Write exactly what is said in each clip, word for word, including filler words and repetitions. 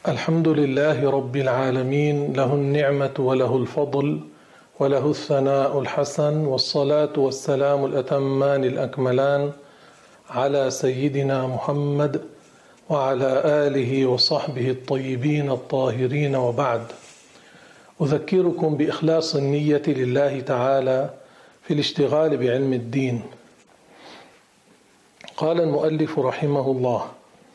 الحمد لله رب العالمين، له النعمة وله الفضل وله الثناء الحسن، والصلاة والسلام الأتمان الأكملان على سيدنا محمد وعلى آله وصحبه الطيبين الطاهرين، وبعد. أذكركم بإخلاص النية لله تعالى في الاشتغال بعلم الدين. قال المؤلف رحمه الله: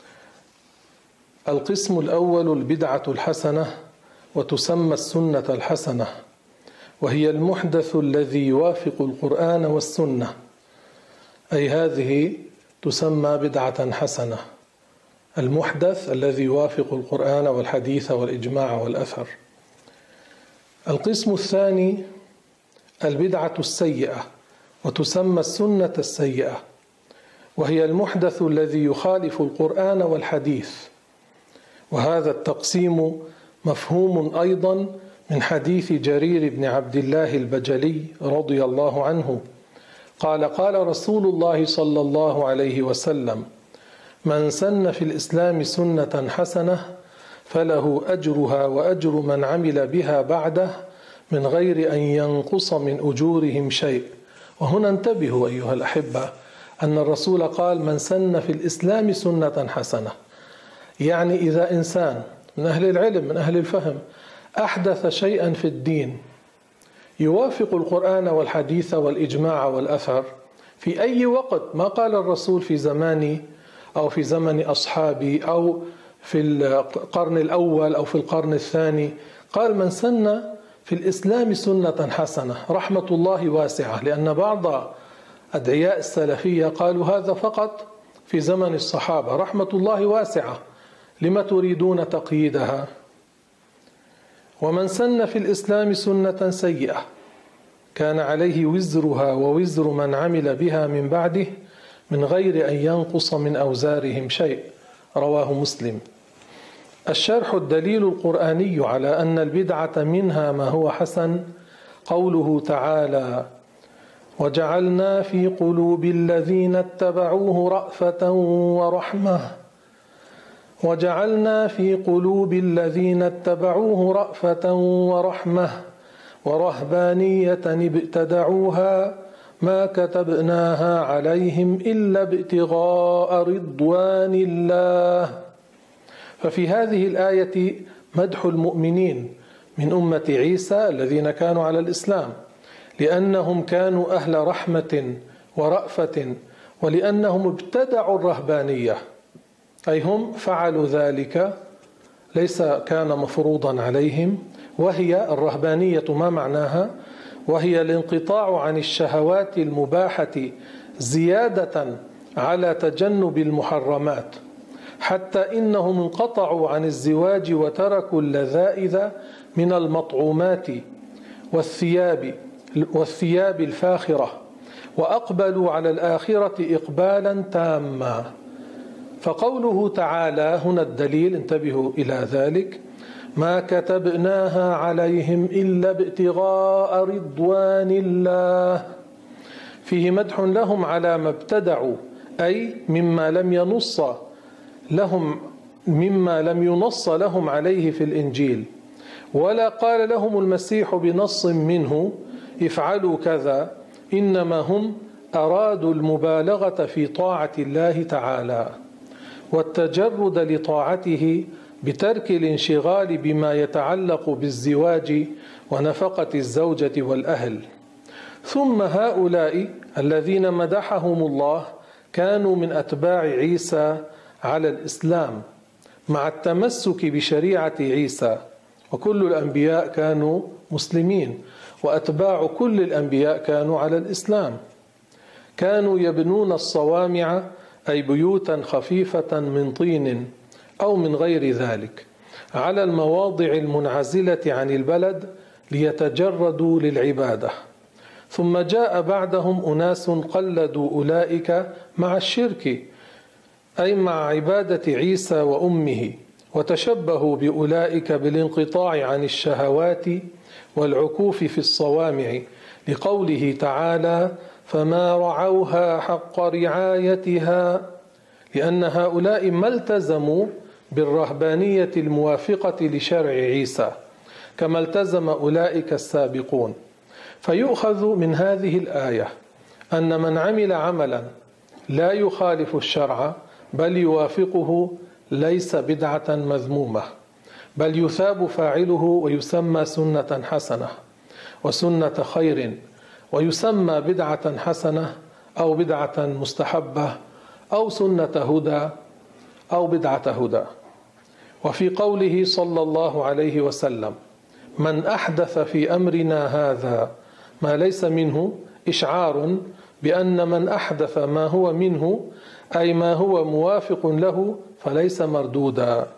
القسم الأول البدعة الحسنة، وتسمى السنة الحسنة، وهي المحدث الذي يوافق القرآن والسنة، أي هذه تسمى بدعة حسنة، المحدث الذي يوافق القرآن والحديث والإجماع والأثر. القسم الثاني البدعة السيئة، وتسمى السنة السيئة، وهي المحدث الذي يخالف القرآن والحديث. وهذا التقسيم مفهوم أيضا من حديث جرير بن عبد الله البجلي رضي الله عنه قال: قال رسول الله صلى الله عليه وسلم: من سن في الإسلام سنة حسنة فله أجرها وأجر من عمل بها بعده من غير أن ينقص من أجورهم شيء. وهنا انتبهوا أيها الأحبة أن الرسول قال: من سن في الإسلام سنة حسنة، يعني إذا إنسان من أهل العلم من أهل الفهم أحدث شيئا في الدين يوافق القرآن والحديث والإجماع والأثر في أي وقت، ما قال الرسول في زماني أو في زمن أصحابي أو في القرن الأول أو في القرن الثاني، قال: من سن في الإسلام سنة حسنة. رحمة الله واسعة، لأن بعض أدعياء السلفية قالوا هذا فقط في زمن الصحابة. رحمة الله واسعة، لما تريدون تقييدها؟ ومن سن في الإسلام سنة سيئة كان عليه وزرها ووزر من عمل بها من بعده من غير أن ينقص من أوزارهم شيء. رواه مسلم. الشرح: الدليل القرآني على أن البدعة منها ما هو حسن قوله تعالى: وجعلنا في قلوب الذين اتبعوه رأفة ورحمة وجعلنا في قلوب الذين اتبعوه رأفة ورحمة ورهبانية ابتدعوها ما كتبناها عليهم إلا ابتغاء رضوان الله. ففي هذه الآية مدح المؤمنين من أمة عيسى الذين كانوا على الإسلام، لأنهم كانوا أهل رحمة ورأفة، ولأنهم ابتدعوا الرهبانية، أي هم فعلوا ذلك ليس كان مفروضا عليهم. وهي الرهبانية ما معناها؟ وهي الانقطاع عن الشهوات المباحة زيادة على تجنب المحرمات، حتى إنهم انقطعوا عن الزواج وتركوا اللذائذ من المطعومات والثياب والثياب الفاخرة، وأقبلوا على الآخرة إقبالا تاما. فقوله تعالى هنا الدليل، انتبهوا إلى ذلك: ما كتبناها عليهم إلا ابتغاء رضوان الله، فيه مدح لهم على ما ابتدعوا، أي مما لم ينص لهم مما لم ينص لهم عليه في الإنجيل، ولا قال لهم المسيح بنص منه افعلوا كذا، إنما هم أرادوا المبالغة في طاعة الله تعالى والتجرد لطاعته بترك الانشغال بما يتعلق بالزواج ونفقة الزوجة والأهل. ثم هؤلاء الذين مدحهم الله كانوا من أتباع عيسى على الإسلام مع التمسك بشريعة عيسى، وكل الأنبياء كانوا مسلمين، وأتباع كل الأنبياء كانوا على الإسلام. كانوا يبنون الصوامع، أي بيوتا خفيفة من طين أو من غير ذلك، على المواضع المنعزلة عن البلد ليتجردوا للعبادة. ثم جاء بعدهم أناس قلدوا أولئك مع الشرك، أي مع عبادة عيسى وأمه، وتشبهوا بأولئك بالانقطاع عن الشهوات والعكوف في الصوامع، لقوله تعالى: فما رعوها حق رعايتها، لأن هؤلاء ما التزموا بالرهبانية الموافقة لشرع عيسى كما التزم أولئك السابقون. فيؤخذ من هذه الآية أن من عمل عملا لا يخالف الشرع بل يوافقه ليس بدعة مذمومة، بل يثاب فاعله ويسمى سنة حسنة وسنة خير، ويسمى بدعة حسنة أو بدعة مستحبة أو سنة هدى أو بدعة هدى. وفي قوله صلى الله عليه وسلم: من أحدث في أمرنا هذا ما ليس منه، إشعار بأن من أحدث ما هو منه أي ما هو موافق له فليس مردودا.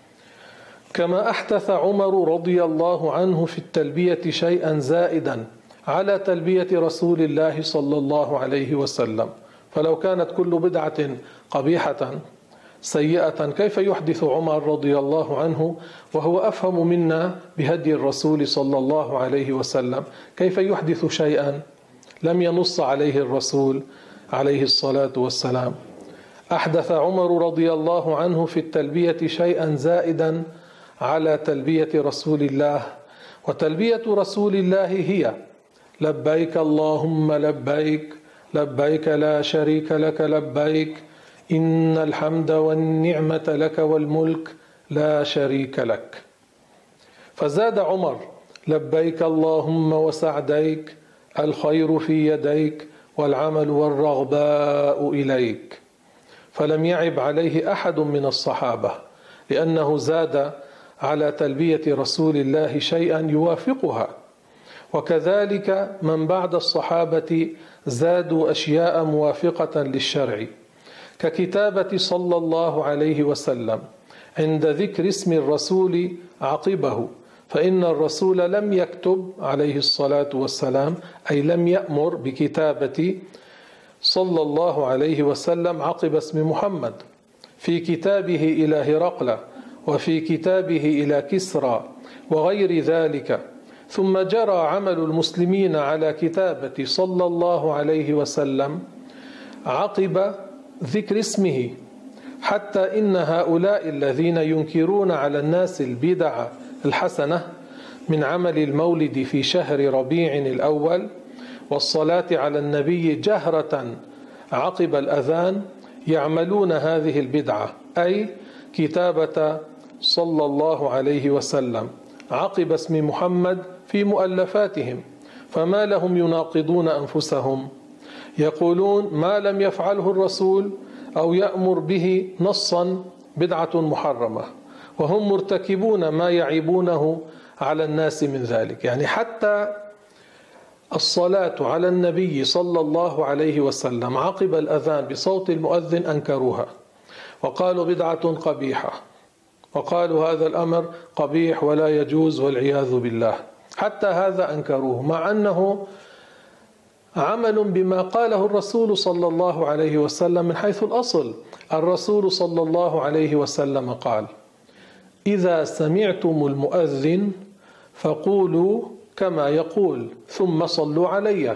كما أحدث عمر رضي الله عنه في التلبية شيئا زائدا على تلبية رسول الله صلى الله عليه وسلم، فلو كانت كل بدعة قبيحة سيئة كيف يحدث عمر رضي الله عنه وهو أفهم منا بهدي الرسول صلى الله عليه وسلم؟ كيف يحدث شيئا لم ينص عليه الرسول عليه الصلاة والسلام؟ أحدث عمر رضي الله عنه في التلبية شيئا زائدا على تلبية رسول الله، وتلبية رسول الله هي: لبيك اللهم لبيك، لبيك لا شريك لك لبيك، إن الحمد والنعمة لك والملك لا شريك لك. فزاد عمر: لبيك اللهم وسعديك، الخير في يديك والعمل والرغباء إليك. فلم يعب عليه أحد من الصحابة، لأنه زاد على تلبية رسول الله شيئا يوافقها. وكذلك من بعد الصحابة زادوا أشياء موافقة للشرع، ككتابة صلى الله عليه وسلم عند ذكر اسم الرسول عقبه، فإن الرسول لم يكتب عليه الصلاة والسلام، أي لم يأمر بكتابة صلى الله عليه وسلم عقب اسم محمد، في كتابه إلى هرقل وفي كتابه إلى كسرى وغير ذلك. ثم جرى عمل المسلمين على كتابة صلى الله عليه وسلم عقب ذكر اسمه، حتى إن هؤلاء الذين ينكرون على الناس البدع الحسنة من عمل المولد في شهر ربيع الأول والصلاة على النبي جهرة عقب الأذان يعملون هذه البدعة، أي كتابة صلى الله عليه وسلم عقب اسم محمد في مؤلفاتهم. فما لهم يناقضون أنفسهم؟ يقولون ما لم يفعله الرسول أو يأمر به نصا بدعة محرمة، وهم مرتكبون ما يعيبونه على الناس من ذلك. يعني حتى الصلاة على النبي صلى الله عليه وسلم عقب الأذان بصوت المؤذن أنكروها وقالوا بدعة قبيحة، وقالوا هذا الأمر قبيح ولا يجوز والعياذ بالله. حتى هذا أنكروه، مع أنه عمل بما قاله الرسول صلى الله عليه وسلم من حيث الأصل. الرسول صلى الله عليه وسلم قال: إذا سمعتم المؤذن فقولوا كما يقول ثم صلوا علي،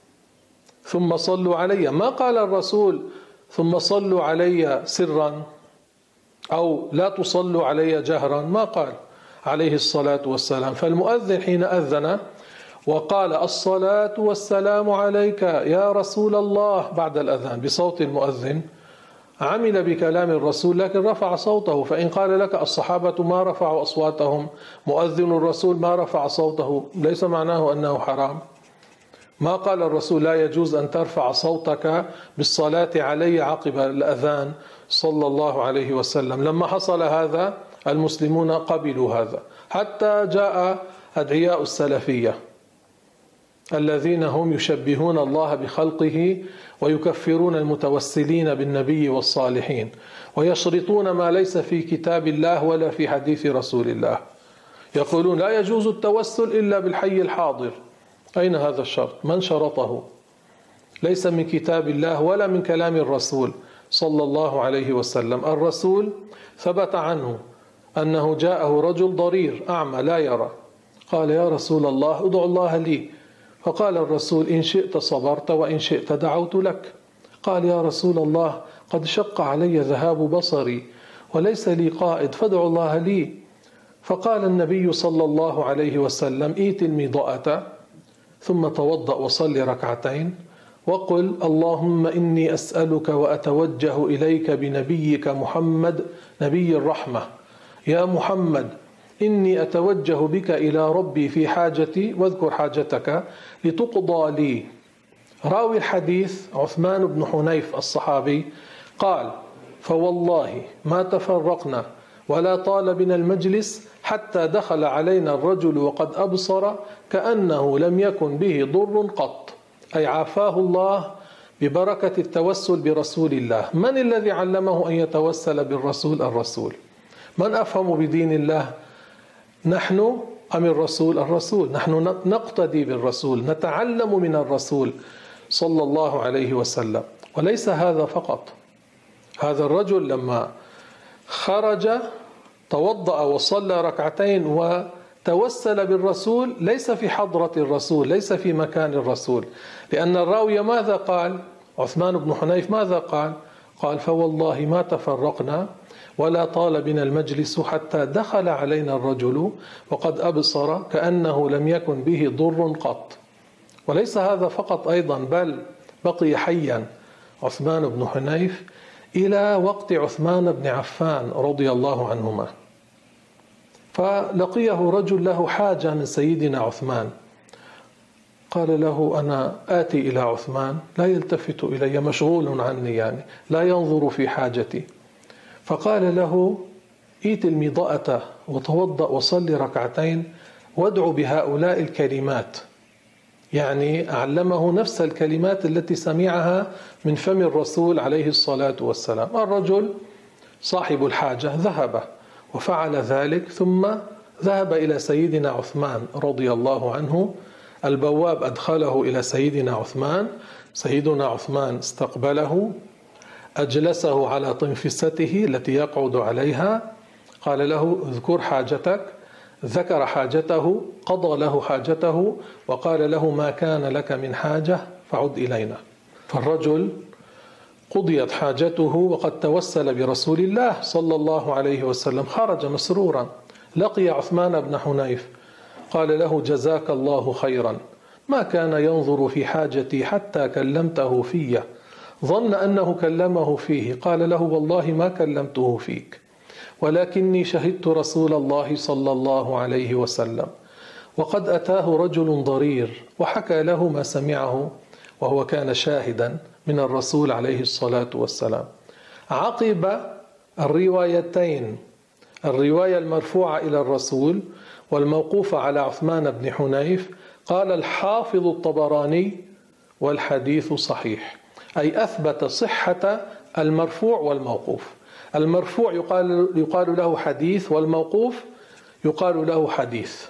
ثم صلوا علي. ما قال الرسول ثم صلوا علي سرا أو لا تصلوا علي جهرا، ما قال عليه الصلاة والسلام. فالمؤذن حين أذن وقال الصلاة والسلام عليك يا رسول الله بعد الأذان بصوت المؤذن، عمل بكلام الرسول لكن رفع صوته. فإن قال لك الصحابة ما رفعوا أصواتهم، مؤذن الرسول ما رفع صوته، ليس معناه أنه حرام. ما قال الرسول لا يجوز أن ترفع صوتك بالصلاة علي عقب الأذان صلى الله عليه وسلم. لما حصل هذا المسلمون قبلوا هذا، حتى جاء أدعياء السلفية الذين هم يشبهون الله بخلقه ويكفرون المتوسلين بالنبي والصالحين ويشرطون ما ليس في كتاب الله ولا في حديث رسول الله. يقولون لا يجوز التوسل إلا بالحي الحاضر. أين هذا الشرط؟ من شرطه؟ ليس من كتاب الله ولا من كلام الرسول صلى الله عليه وسلم. الرسول ثبت عنه أنه جاءه رجل ضرير أعمى لا يرى، قال يا رسول الله ادعو الله لي، فقال الرسول إن شئت صبرت وإن شئت دعوت لك. قال يا رسول الله قد شق علي ذهاب بصري وليس لي قائد فادعوا الله لي. فقال النبي صلى الله عليه وسلم: ائت المضاءة ثم توضأ وصل ركعتين وقل: اللهم إني أسألك وأتوجه إليك بنبيك محمد نبي الرحمة، يا محمد إني أتوجه بك إلى ربي في حاجتي، واذكر حاجتك لتقضى لي. راوي الحديث عثمان بن حنيف الصحابي قال: فوالله ما تفرقنا ولا طال بنا المجلس حتى دخل علينا الرجل وقد أبصر كأنه لم يكن به ضر قط، أي عافاه الله ببركة التوسل برسول الله. من الذي علمه أن يتوسل بالرسول؟ الرسول. من أفهم بدين الله؟ نحن أم الرسول؟ الرسول. نحن نقتدي بالرسول، نتعلم من الرسول صلى الله عليه وسلم. وليس هذا فقط، هذا الرجل لما خرج توضأ وصلى ركعتين وتوسل بالرسول ليس في حضرة الرسول، ليس في مكان الرسول، لأن الراوي ماذا قال؟ عثمان بن حنيف ماذا قال؟ قال: فوالله ما تفرقنا ولا طال بنا المجلس حتى دخل علينا الرجل وقد أبصر كأنه لم يكن به ضر قط. وليس هذا فقط أيضا، بل بقي حيا عثمان بن حنيف إلى وقت عثمان بن عفان رضي الله عنهما. فلقيه رجل له حاجة من سيدنا عثمان، قال له: أنا آتي إلى عثمان لا يلتفت إلي، مشغول عني، يعني لا ينظر في حاجتي. فقال له: ائت المضاءة وتوضأ وصل ركعتين وادع بهؤلاء الكلمات، يعني علمه نفس الكلمات التي سمعها من فم الرسول عليه الصلاة والسلام. الرجل صاحب الحاجة ذهب وفعل ذلك، ثم ذهب إلى سيدنا عثمان رضي الله عنه. البواب أدخله إلى سيدنا عثمان، سيدنا عثمان استقبله، أجلسه على طنفسته التي يقعد عليها، قال له: اذكر حاجتك. ذكر حاجته، قضى له حاجته، وقال له: ما كان لك من حاجة فعد إلينا. فالرجل قضيت حاجته وقد توسل برسول الله صلى الله عليه وسلم، خرج مسرورا، لقي عثمان بن حنيف، قال له: جزاك الله خيرا، ما كان ينظر في حاجتي حتى كلمته في، ظن أنه كلمه فيه. قال له: والله ما كلمته فيك، ولكني شهدت رسول الله صلى الله عليه وسلم وقد أتاه رجل ضرير وحكى له ما سمعه، وهو كان شاهدا من الرسول عليه الصلاة والسلام. عقب الروايتين، الرواية المرفوعة إلى الرسول والموقوفة على عثمان بن حنيف، قال الحافظ الطبراني: والحديث صحيح، أي أثبت صحة المرفوع والموقوف. المرفوع يقال, يقال له حديث، والموقوف يقال له حديث.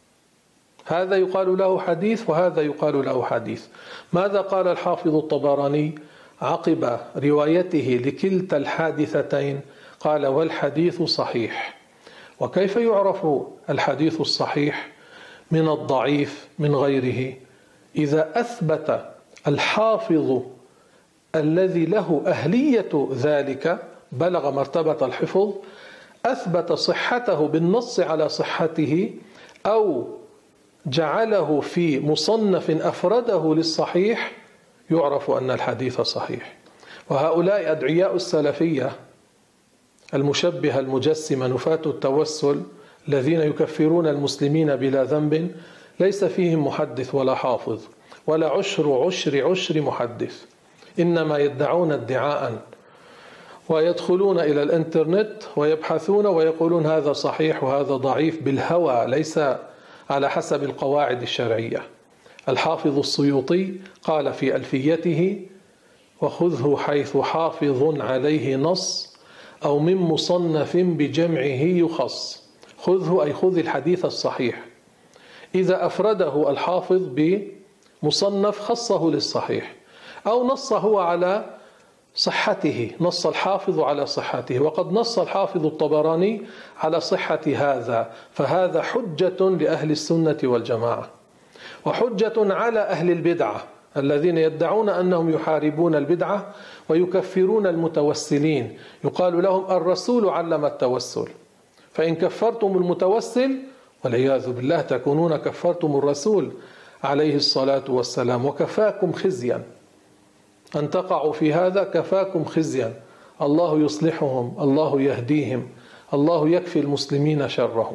هذا يقال له حديث وهذا يقال له حديث. ماذا قال الحافظ الطبراني عقب روايته لكلتا الحادثتين؟ قال: والحديث صحيح. وكيف يعرف الحديث الصحيح من الضعيف من غيره؟ إذا أثبت الحافظ الذي له أهلية ذلك، بلغ مرتبة الحفظ، أثبت صحته بالنص على صحته، أو جعله في مصنف أفرده للصحيح، يعرف أن الحديث صحيح. وهؤلاء أدعياء السلفية المشبهة المجسمة نفاة التوسل الذين يكفرون المسلمين بلا ذنب، ليس فيهم محدث ولا حافظ ولا عشر عشر عشر محدث، إنما يدعون ادعاء ويدخلون إلى الإنترنت ويبحثون ويقولون هذا صحيح وهذا ضعيف بالهوى، ليس على حسب القواعد الشرعية. الحافظ السيوطي قال في ألفيته: وخذه حيث حافظ عليه نص أو من مصنف بجمعه يخص. خذه أي خذ الحديث الصحيح، إذا أفرده الحافظ بمصنف خصه للصحيح، أو نص هو على صحته، نص الحافظ على صحته، وقد نص الحافظ الطبراني على صحة هذا، فهذا حجة لأهل السنة والجماعة، وحجة على أهل البدعة الذين يدعون أنهم يحاربون البدعة ويكفرون المتوسلين، يقال لهم الرسول علم التوسل، فإن كفرتم المتوسل والعياذ بالله تكونون كفرتم الرسول عليه الصلاة والسلام، وكفاكم خزيا أن تقعوا في هذا، كفاكم خزيا. الله يصلحهم، الله يهديهم، الله يكفي المسلمين شرهم.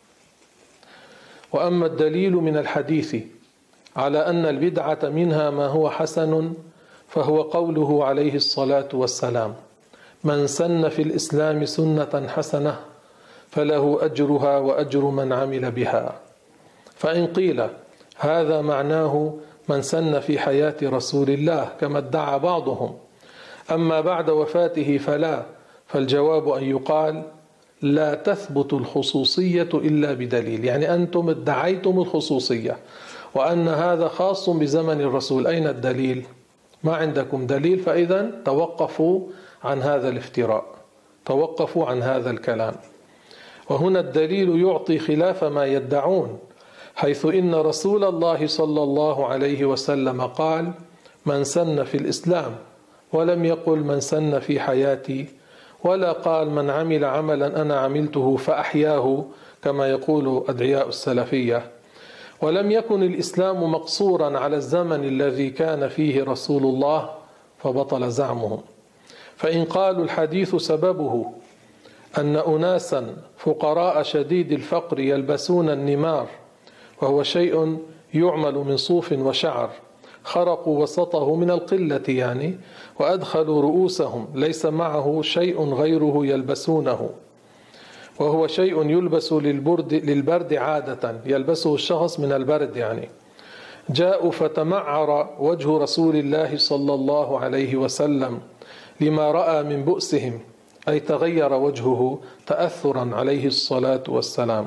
وأما الدليل من الحديث على أن البدعة منها ما هو حسن فهو قوله عليه الصلاة والسلام: من سن في الإسلام سنة حسنة فله أجرها وأجر من عمل بها. فإن قيل هذا معناه من سن في حياة رسول الله كما ادعى بعضهم، أما بعد وفاته فلا، فالجواب أن يقال لا تثبت الخصوصية إلا بدليل. يعني أنتم ادعيتم الخصوصية وأن هذا خاص بزمن الرسول، أين الدليل؟ ما عندكم دليل، فإذا توقفوا عن هذا الافتراء، توقفوا عن هذا الكلام. وهنا الدليل يعطي خلاف ما يدعون، حيث إن رسول الله صلى الله عليه وسلم قال: من سن في الإسلام، ولم يقل من سن في حياتي، ولا قال من عمل عملا أنا عملته فأحياه كما يقول أدعياء السلفية. ولم يكن الإسلام مقصورا على الزمن الذي كان فيه رسول الله فبطل زعمهم. فإن قالوا الحديث سببه أن أناسا فقراء شديد الفقر يلبسون النمار، وهو شيء يعمل من صوف وشعر، خرقوا وسطه من القلة يعني، وأدخلوا رؤوسهم ليس معه شيء غيره يلبسونه، وهو شيء يلبس للبرد, للبرد عادة، يلبسه الشخص من البرد يعني. جاءوا فتمعر وجه رسول الله صلى الله عليه وسلم لما رأى من بؤسهم، أي تغير وجهه تأثرا عليه الصلاة والسلام.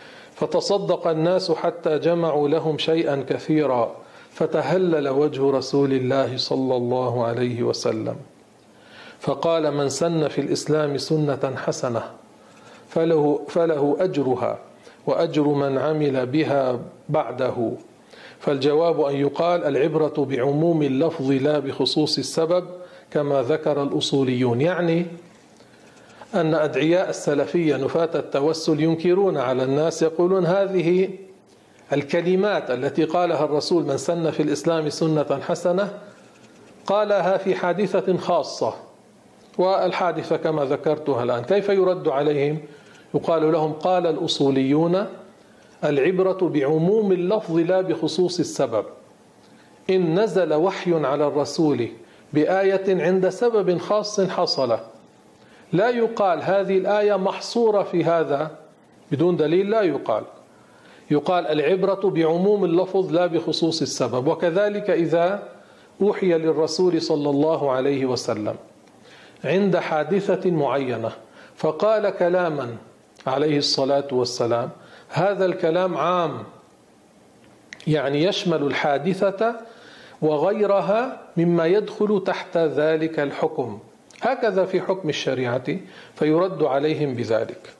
فتصدق الناس حتى جمعوا لهم شيئا كثيرا، فتهلل وجه رسول الله صلى الله عليه وسلم، فقال: من سن في الإسلام سنة حسنة فله, فله أجرها وأجر من عمل بها بعده. فالجواب أن يقال العبرة بعموم اللفظ لا بخصوص السبب كما ذكر الأصوليون. يعني أن أدعياء السلفية نفاة التوسل ينكرون على الناس، يقولون هذه الكلمات التي قالها الرسول من سن في الإسلام سنة حسنة قالها في حادثة خاصة، والحادثة كما ذكرتها الآن. كيف يرد عليهم؟ يقال لهم قال الأصوليون العبرة بعموم اللفظ لا بخصوص السبب. إن نزل وحي على الرسول بآية عند سبب خاص حصل، لا يقال هذه الآية محصورة في هذا بدون دليل، لا يقال. يقال العبرة بعموم اللفظ لا بخصوص السبب. وكذلك إذا أوحي للرسول صلى الله عليه وسلم عند حادثة معينة فقال كلاما عليه الصلاة والسلام، هذا الكلام عام، يعني يشمل الحادثة وغيرها مما يدخل تحت ذلك الحكم. هكذا في حكم الشريعة، فيرد عليهم بذلك.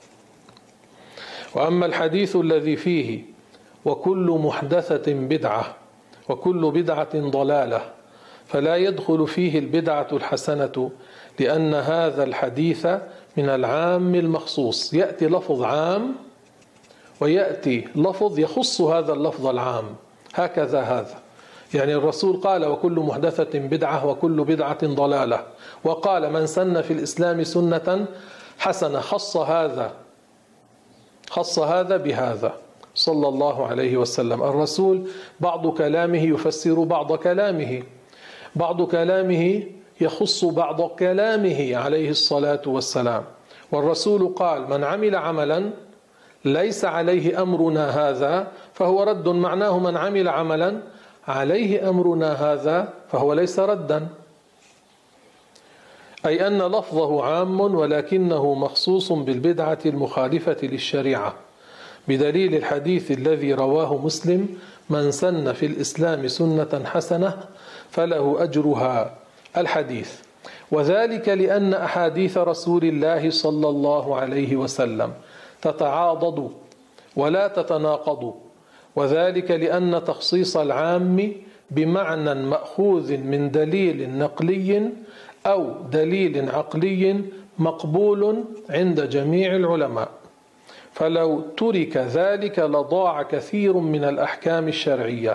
وأما الحديث الذي فيه وكل محدثة بدعة وكل بدعة ضلالة فلا يدخل فيه البدعة الحسنة، لأن هذا الحديث من العام المخصوص. يأتي لفظ عام ويأتي لفظ يخص هذا اللفظ العام، هكذا هذا. يعني الرسول قال وكل محدثة بدعة وكل بدعة ضلالة، وقال من سن في الإسلام سنة حسنة، خص هذا خص هذا بهذا صلى الله عليه وسلم. الرسول بعض كلامه يفسر بعض كلامه، بعض كلامه يخص بعض كلامه عليه الصلاة والسلام. والرسول قال من عمل عملا ليس عليه أمرنا هذا فهو رد، معناه من عمل عملا عليه أمرنا هذا فهو ليس ردا، أي أن لفظه عام ولكنه مخصوص بالبدعة المخالفة للشريعة، بدليل الحديث الذي رواه مسلم من سن في الإسلام سنة حسنة فله أجرها، الحديث. وذلك لأن أحاديث رسول الله صلى الله عليه وسلم تتعاضد ولا تتناقض، وذلك لأن تخصيص العام بمعنى مأخوذ من دليل نقلي أو دليل عقلي مقبول عند جميع العلماء، فلو ترك ذلك لضاع كثير من الأحكام الشرعية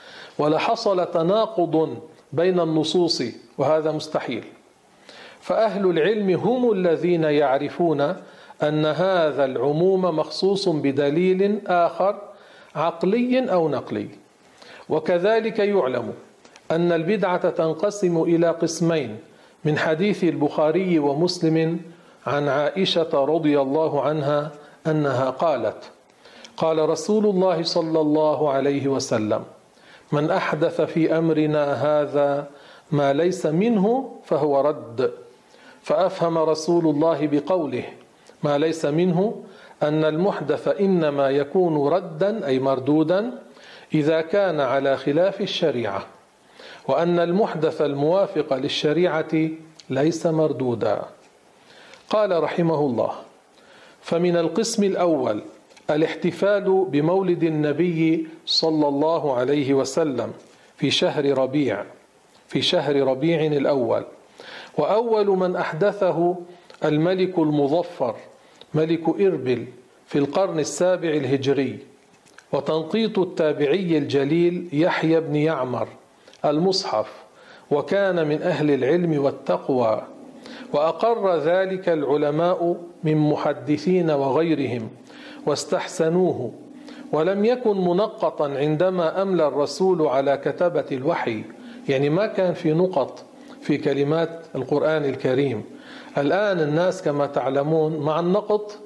ولحصل تناقض بين النصوص، وهذا مستحيل. فأهل العلم هم الذين يعرفون أن هذا العموم مخصوص بدليل آخر عقلي أو نقلي. وكذلك يعلم أن البدعة تنقسم إلى قسمين من حديث البخاري ومسلم عن عائشة رضي الله عنها أنها قالت: قال رسول الله صلى الله عليه وسلم: من أحدث في أمرنا هذا ما ليس منه فهو رد. فأفهم رسول الله بقوله ما ليس منه أن المحدث إنما يكون ردا أي مردودا إذا كان على خلاف الشريعة، وأن المحدث الموافق للشريعة ليس مردودا. قال رحمه الله: فمن القسم الأول الاحتفال بمولد النبي صلى الله عليه وسلم في شهر ربيع في شهر ربيع الأول، وأول من أحدثه الملك المظفر ملك إربل في القرن السابع الهجري، وتنقيط التابعي الجليل يحيى بن يعمر المصحف، وكان من أهل العلم والتقوى، وأقر ذلك العلماء من محدثين وغيرهم واستحسنوه، ولم يكن منقطا عندما أملى الرسول على كتبة الوحي، يعني ما كان في نقط في كلمات القرآن الكريم. الآن الناس كما تعلمون مع النقط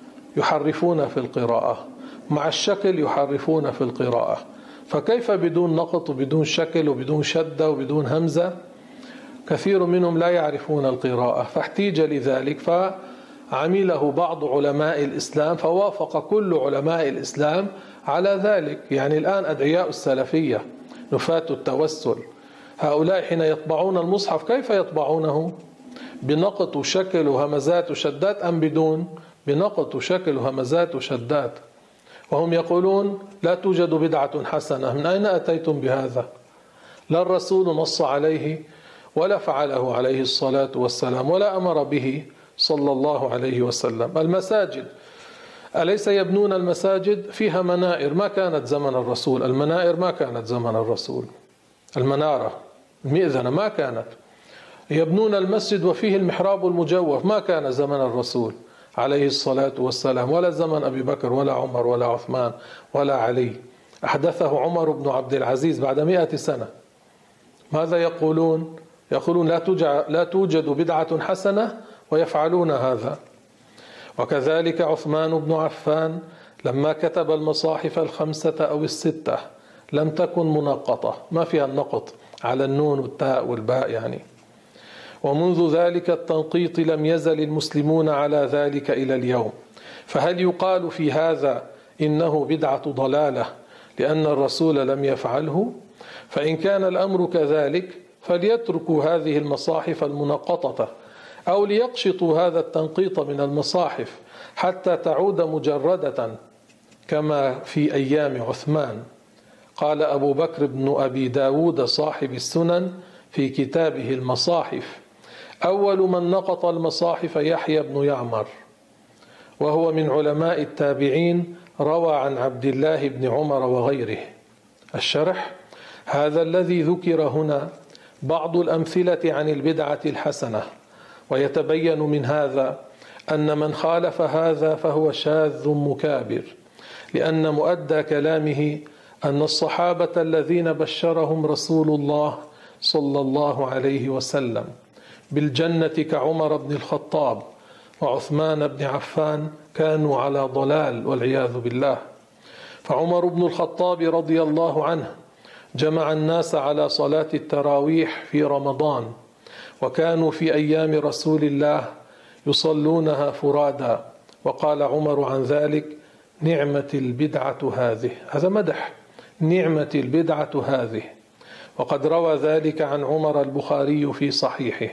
يحرفون في القراءة، مع الشكل يحرفون في القراءة، فكيف بدون نقط وبدون شكل وبدون شدة وبدون همزة؟ كثير منهم لا يعرفون القراءة، فاحتيج لذلك فعمله بعض علماء الإسلام، فوافق كل علماء الإسلام على ذلك. يعني الآن أدعياء السلفية نفاة التوسل هؤلاء حين يطبعون المصحف كيف يطبعونه؟ بنقط وشكل وهمزات وشدات أم بدون؟ بنقط وشكل وهمزات وشدات، وهم يقولون لا توجد بدعة حسنة. من أين أتيتم بهذا؟ لا الرسول نص عليه ولا فعله عليه الصلاة والسلام ولا أمر به صلى الله عليه وسلم. المساجد أليس يبنون المساجد فيها منائر؟ ما كانت زمن الرسول. المنائر ما كانت زمن الرسول. المنارة المئذنة ما كانت. يبنون المسجد وفيه المحراب المجوف، ما كان زمن الرسول عليه الصلاة والسلام، ولا زمن أبي بكر ولا عمر ولا عثمان ولا علي. أحدثه عمر بن عبد العزيز بعد مئة سنة. ماذا يقولون؟ يقولون لا, لا توجد بدعة حسنة ويفعلون هذا. وكذلك عثمان بن عفان لما كتب المصاحف الخمسة أو الستة لم تكن منقطة، ما فيها النقط على النون والتاء والباء يعني. ومنذ ذلك التنقيط لم يزل المسلمون على ذلك إلى اليوم. فهل يقال في هذا إنه بدعة ضلالة لأن الرسول لم يفعله؟ فإن كان الأمر كذلك فليتركوا هذه المصاحف المنقطة، أو ليقشطوا هذا التنقيط من المصاحف حتى تعود مجردة كما في أيام عثمان. قال أبو بكر بن أبي داود صاحب السنن في كتابه المصاحف: أول من نقط المصاحف يحيى بن يعمر، وهو من علماء التابعين، روى عن عبد الله بن عمر وغيره. الشرح: هذا الذي ذكر هنا بعض الأمثلة عن البدعة الحسنة، ويتبين من هذا أن من خالف هذا فهو شاذ مكابر، لأن مؤدى كلامه أن الصحابة الذين بشرهم رسول الله صلى الله عليه وسلم بالجنة كعمر بن الخطاب وعثمان بن عفان كانوا على ضلال والعياذ بالله. فعمر بن الخطاب رضي الله عنه جمع الناس على صلاة التراويح في رمضان، وكانوا في أيام رسول الله يصلونها فرادا، وقال عمر عن ذلك: نعمة البدعة هذه. هذا مدح، نعمة البدعة هذه. وقد روى ذلك عن عمر البخاري في صحيحه.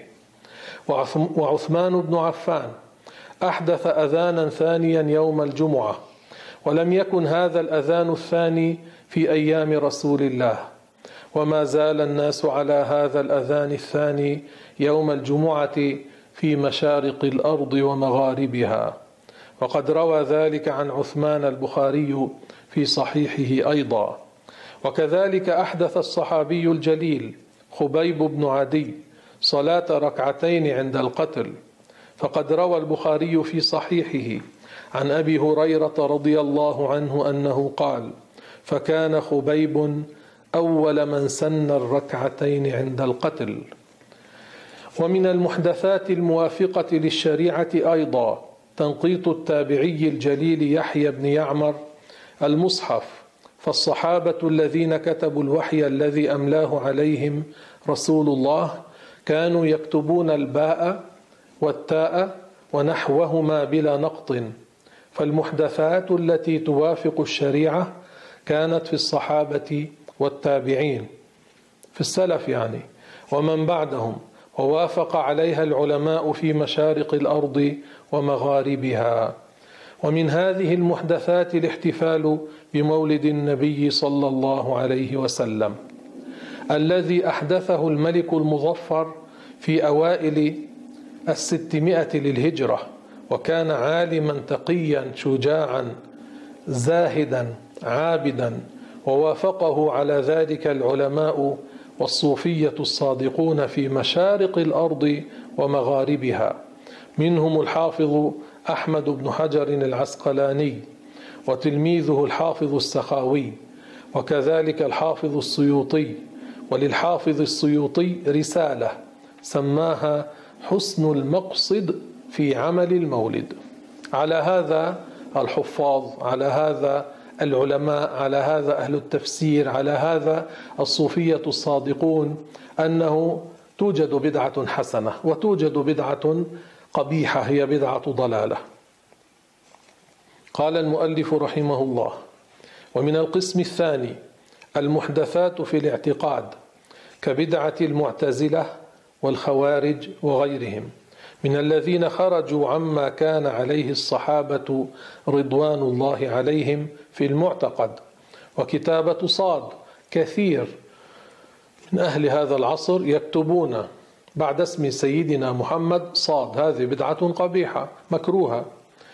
وعثمان بن عفان أحدث أذانا ثانيا يوم الجمعة، ولم يكن هذا الأذان الثاني في أيام رسول الله، وما زال الناس على هذا الأذان الثاني يوم الجمعة في مشارق الأرض ومغاربها. وقد روى ذلك عن عثمان البخاري في صحيحه أيضا. وكذلك أحدث الصحابي الجليل خبيب بن عدي صلاة ركعتين عند القتل، فقد روى البخاري في صحيحه عن أبي هريرة رضي الله عنه أنه قال: فكان خبيب أول من سن الركعتين عند القتل. ومن المحدثات الموافقة للشريعة أيضا تنقيط التابعي الجليل يحيى بن يعمر المصحف، فالصحابة الذين كتبوا الوحي الذي أملاه عليهم رسول الله كانوا يكتبون الباء والتاء ونحوهما بلا نقط، فالمحدثات التي توافق الشريعة كانت في الصحابة والتابعين في السلف يعني ومن بعدهم، ووافق عليها العلماء في مشارق الأرض ومغاربها. ومن هذه المحدثات الاحتفال بمولد النبي صلى الله عليه وسلم الذي أحدثه الملك المظفر في أوائل الستمائة للهجرة، وكان عالما تقيا شجاعا زاهدا عابدا، ووافقه على ذلك العلماء والصوفية الصادقون في مشارق الأرض ومغاربها، منهم الحافظ أحمد بن حجر العسقلاني وتلميذه الحافظ السخاوي، وكذلك الحافظ السيوطي. وللحافظ السيوطي رسالة سماها حسن المقصد في عمل المولد. على هذا الحفاظ، على هذا العلماء، على هذا أهل التفسير، على هذا الصوفية الصادقون أنه توجد بدعة حسنة وتوجد بدعة قبيحة هي بدعة ضلالة. قال المؤلف رحمه الله: ومن القسم الثاني المحدثات في الاعتقاد كبدعة المعتزلة والخوارج وغيرهم من الذين خرجوا عما كان عليه الصحابة رضوان الله عليهم في المعتقد. وكتابة صاد كثير من أهل هذا العصر يكتبون بعد اسم سيدنا محمد صاد، هذه بدعة قبيحة مكروهة،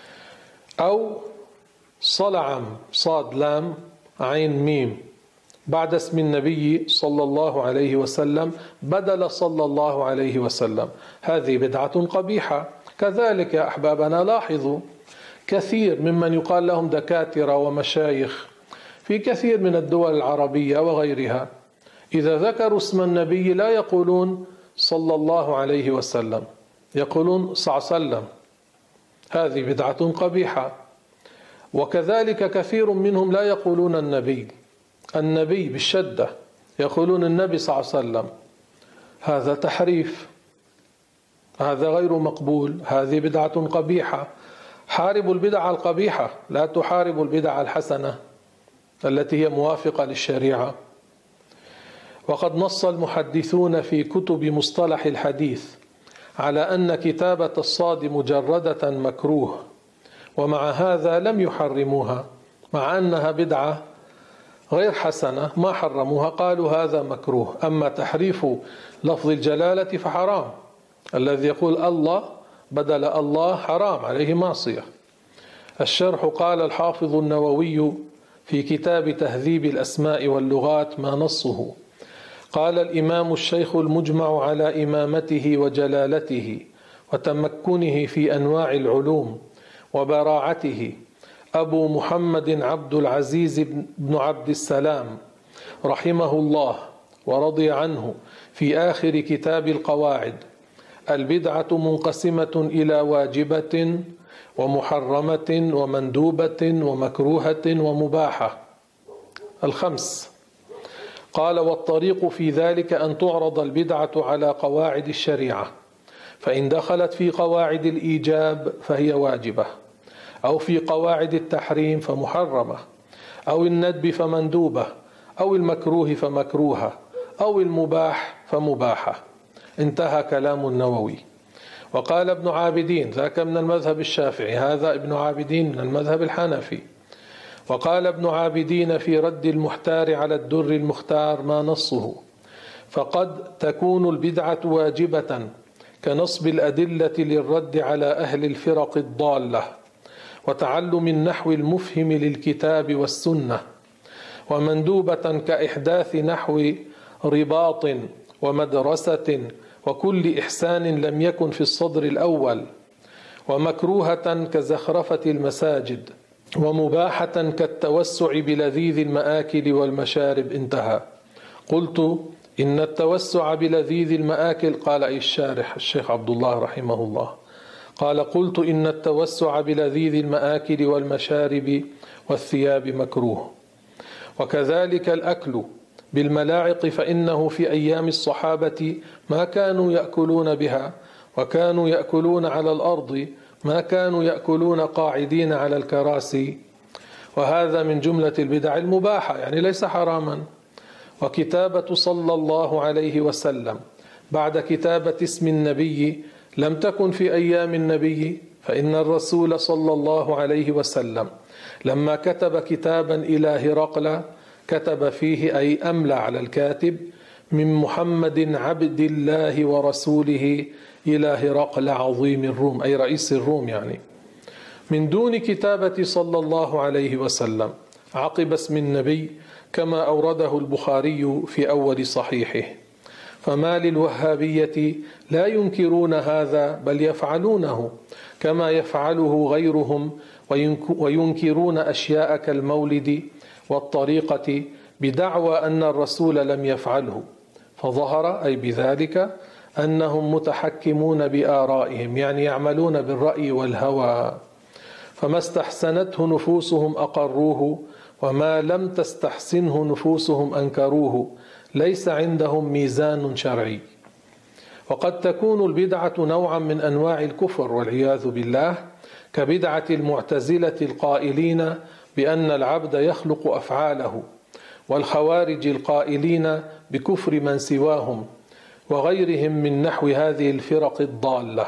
أو صلعم صاد لام عين ميم بعد اسم النبي صلى الله عليه وسلم بدل صلى الله عليه وسلم، هذه بدعة قبيحة. كذلك يا أحبابنا لاحظوا كثير ممن يقال لهم دكاترة ومشايخ في كثير من الدول العربية وغيرها إذا ذكروا اسم النبي لا يقولون صلى الله عليه وسلم، يقولون صلى الله عليه وسلم، هذه بدعة قبيحة. وكذلك كثير منهم لا يقولون النبي النبي بالشدة، يقولون النبي صلى الله عليه وسلم، هذا تحريف، هذا غير مقبول، هذه بدعة قبيحة. حاربوا البدع القبيحة، لا تحاربوا البدع الحسنة التي هي موافقة للشريعة. وقد نص المحدثون في كتب مصطلح الحديث على أن كتابة الصاد مجردة مكروه، ومع هذا لم يحرموها، مع أنها بدعة غير حسنة ما حرموها، قالوا هذا مكروه. أما تحريف لفظ الجلالة فحرام، الذي يقول الله بدل الله حرام، عليه معصية. الشرح قال الحافظ النووي في كتاب تهذيب الأسماء واللغات ما نصه، قال الإمام الشيخ المجمع على إمامته وجلالته وتمكنه في أنواع العلوم وبراعته أبو محمد عبد العزيز بن عبد السلام رحمه الله ورضي عنه في آخر كتاب القواعد: البدعة منقسمة إلى واجبة ومحرمة ومندوبة ومكروهة ومباحة، الخمس. قال: والطريق في ذلك أن تعرض البدعة على قواعد الشريعة، فإن دخلت في قواعد الإيجاب فهي واجبة، أو في قواعد التحريم فمحرمة، أو الندب فمندوبة، أو المكروه فمكروهة، أو المباح فمباحة. انتهى كلام النووي. وقال ابن عابدين، ذاك من المذهب الشافعي، هذا ابن عابدين من المذهب الحنفي، وقال ابن عابدين في رد المحتار على الدر المختار ما نصه: فقد تكون البدعة واجبة كنصب الأدلة للرد على أهل الفرق الضالة، وتعلم النحو المفهم للكتاب والسنة، ومندوبة كإحداث نحو رباط ومدرسة وكل إحسان لم يكن في الصدر الأول، ومكروهة كزخرفة المساجد، ومباحة كالتوسع بلذيذ المآكل والمشارب. انتهى. قلت: إن التوسع بلذيذ المآكل، قال أي الشارح الشيخ عبد الله رحمه الله، قال: قلت إن التوسع بلذيذ المآكل والمشارب والثياب مكروه. وكذلك الأكل بالملاعق، فإنه في أيام الصحابة ما كانوا يأكلون بها، وكانوا يأكلون على الأرض، ما كانوا يأكلون قاعدين على الكراسي، وهذا من جملة البدع المباحة، يعني ليس حراما. وكتابة صلى الله عليه وسلم بعد كتابة اسم النبي لم تكن في أيام النبي، فإن الرسول صلى الله عليه وسلم لما كتب كتابا إلى هرقل كتب فيه أي أملى على الكاتب: من محمد عبد الله ورسوله إلى هرقل عظيم الروم، أي رئيس الروم يعني، من دون كتابة صلى الله عليه وسلم عقب اسم النبي، كما أورده البخاري في أول صحيحه. فما للوهابية لا ينكرون هذا، بل يفعلونه كما يفعله غيرهم، وينكرون أشياء كالمولد والطريقة بدعوى أن الرسول لم يفعله، فظهر أي بذلك أنهم متحكمون بآرائهم، يعني يعملون بالرأي والهوى، فما استحسنته نفوسهم أقروه، وما لم تستحسنه نفوسهم أنكروه، ليس عندهم ميزان شرعي. وقد تكون البدعة نوعا من أنواع الكفر والعياذ بالله، كبدعة المعتزلة القائلين بأن العبد يخلق أفعاله، والخوارج القائلين بكفر من سواهم، وغيرهم من نحو هذه الفرق الضالة.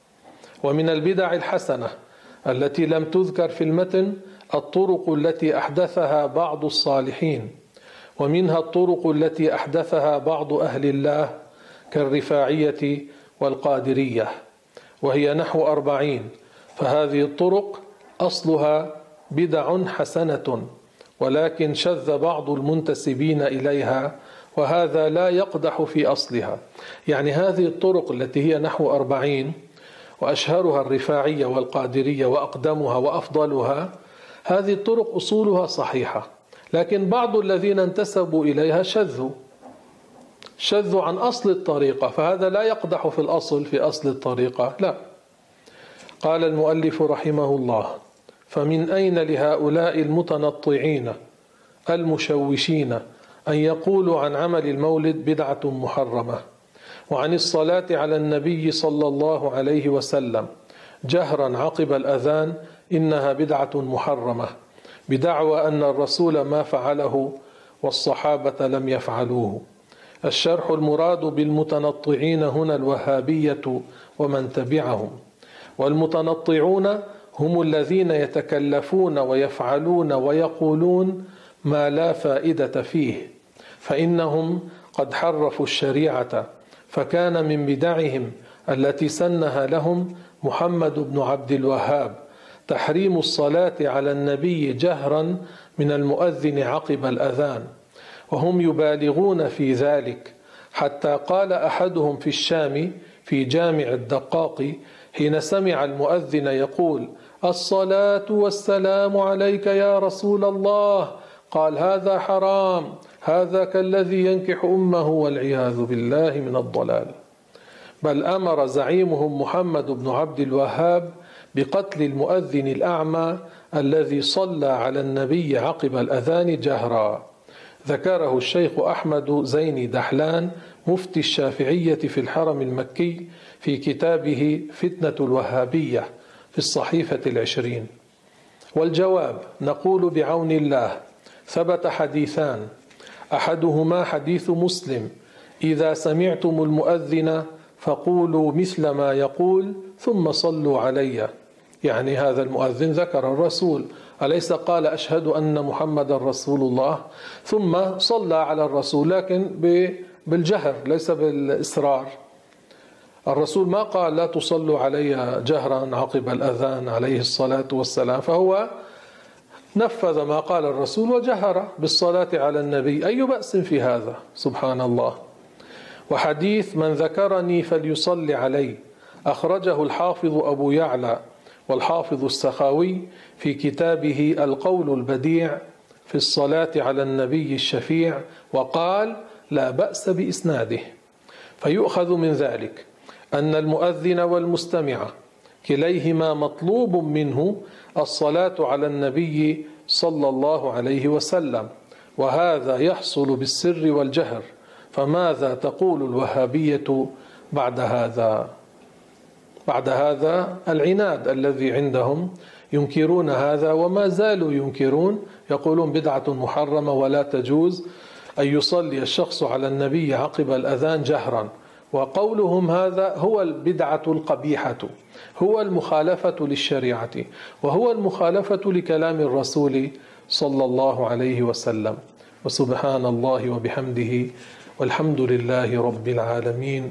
ومن البدع الحسنة التي لم تذكر في المتن الطرق التي أحدثها بعض الصالحين، ومنها الطرق التي أحدثها بعض أهل الله كالرفاعية والقادرية، وهي نحو أربعين، فهذه الطرق أصلها بدع حسنة، ولكن شذ بعض المنتسبين إليها، وهذا لا يقدح في أصلها. يعني هذه الطرق التي هي نحو أربعين، وأشهرها الرفاعية والقادرية وأقدمها وأفضلها، هذه الطرق أصولها صحيحة، لكن بعض الذين انتسبوا إليها شذوا شذوا عن أصل الطريقة، فهذا لا يقدح في الأصل في أصل الطريقة، لا. قال المؤلف رحمه الله: فمن أين لهؤلاء المتنطعين المشوشين أن يقولوا عن عمل المولد بدعة محرمة، وعن الصلاة على النبي صلى الله عليه وسلم جهرا عقب الأذان إنها بدعة محرمة، بدعوى أن الرسول ما فعله والصحابة لم يفعلوه. الشرح: المراد بالمتنطعين هنا الوهابية ومن تبعهم، والمتنطعون هم الذين يتكلفون ويفعلون ويقولون ما لا فائدة فيه، فإنهم قد حرفوا الشريعة، فكان من بدعهم التي سنها لهم محمد بن عبد الوهاب تحريم الصلاة على النبي جهرا من المؤذن عقب الأذان، وهم يبالغون في ذلك، حتى قال أحدهم في الشام في جامع الدقاق حين سمع المؤذن يقول: الصلاة والسلام عليك يا رسول الله، قال: هذا حرام، هذا كالذي ينكح أمه، والعياذ بالله من الضلال. بل أمر زعيمهم محمد بن عبد الوهاب بقتل المؤذن الأعمى الذي صلى على النبي عقب الأذان جهرا. ذكره الشيخ أحمد زين دحلان مفتي الشافعية في الحرم المكي في كتابه فتنة الوهابية في الصحيفة العشرين. والجواب: نقول بعون الله ثبت حديثان، أحدهما حديث مسلم: إذا سمعتم المؤذن فقولوا مثل ما يقول ثم صلوا علي، يعني هذا المؤذن ذكر الرسول أليس قال أشهد أن محمد رسول الله ثم صلى على الرسول، لكن بالجهر ليس بالإصرار. الرسول ما قال لا تصلوا علي جهرا عقب الأذان عليه الصلاة والسلام، فهو نفذ ما قال الرسول وجهر بالصلاة على النبي. أي بأس في هذا؟ سبحان الله. وحديث من ذكرني فليصلي علي أخرجه الحافظ أبو يعلى والحافظ السخاوي في كتابه القول البديع في الصلاة على النبي الشفيع، وقال لا بأس بإسناده. فيؤخذ من ذلك أن المؤذن والمستمع كليهما مطلوب منه الصلاة على النبي صلى الله عليه وسلم، وهذا يحصل بالسر والجهر. فماذا تقول الوهابية بعد هذا؟ بعد هذا العناد الذي عندهم، ينكرون هذا وما زالوا ينكرون، يقولون بدعة محرمة ولا تجوز أن يصلي الشخص على النبي عقب الأذان جهرا. وقولهم هذا هو البدعة القبيحة، هو المخالفة للشريعة، وهو المخالفة لكلام الرسول صلى الله عليه وسلم. وسبحان الله وبحمده، والحمد لله رب العالمين.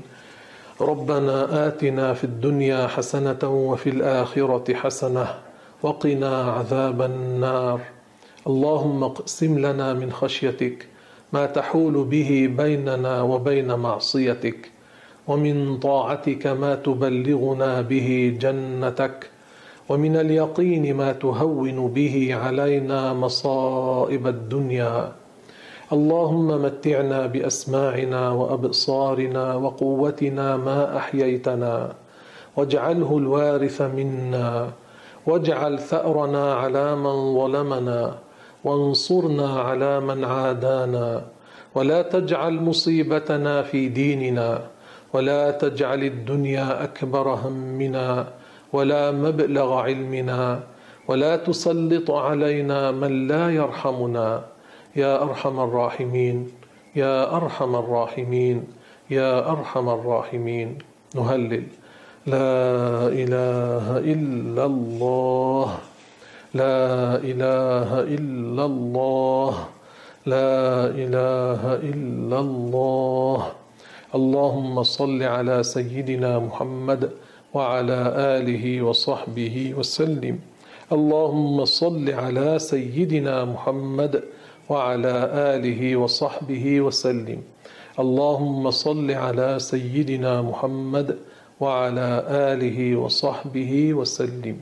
ربنا آتنا في الدنيا حسنة وفي الآخرة حسنة وقنا عذاب النار. اللهم اقسم لنا من خشيتك ما تحول به بيننا وبين معصيتك، ومن طاعتك ما تبلغنا به جنتك، ومن اليقين ما تهون به علينا مصائب الدنيا. اللهم متعنا بأسماعنا وأبصارنا وقوتنا ما أحييتنا، واجعله الوارث منا، واجعل ثأرنا على من ظلمنا، وانصرنا على من عادانا، ولا تجعل مصيبتنا في ديننا، ولا تجعل الدنيا أكبر همنا ولا مبلغ علمنا، ولا تسلط علينا من لا يرحمنا، يا أرحم الراحمين، يا أرحم الراحمين، يا أرحم الراحمين. نهلل لا إله إلا الله، لا إله إلا الله، لا إله إلا الله. اللهم صل على سيدنا محمد وعلى آله وصحبه وسلم. اللهم صل على سيدنا محمد وعلى آله وصحبه وسلم. اللهم صل على سيدنا محمد وعلى آله وصحبه وسلم.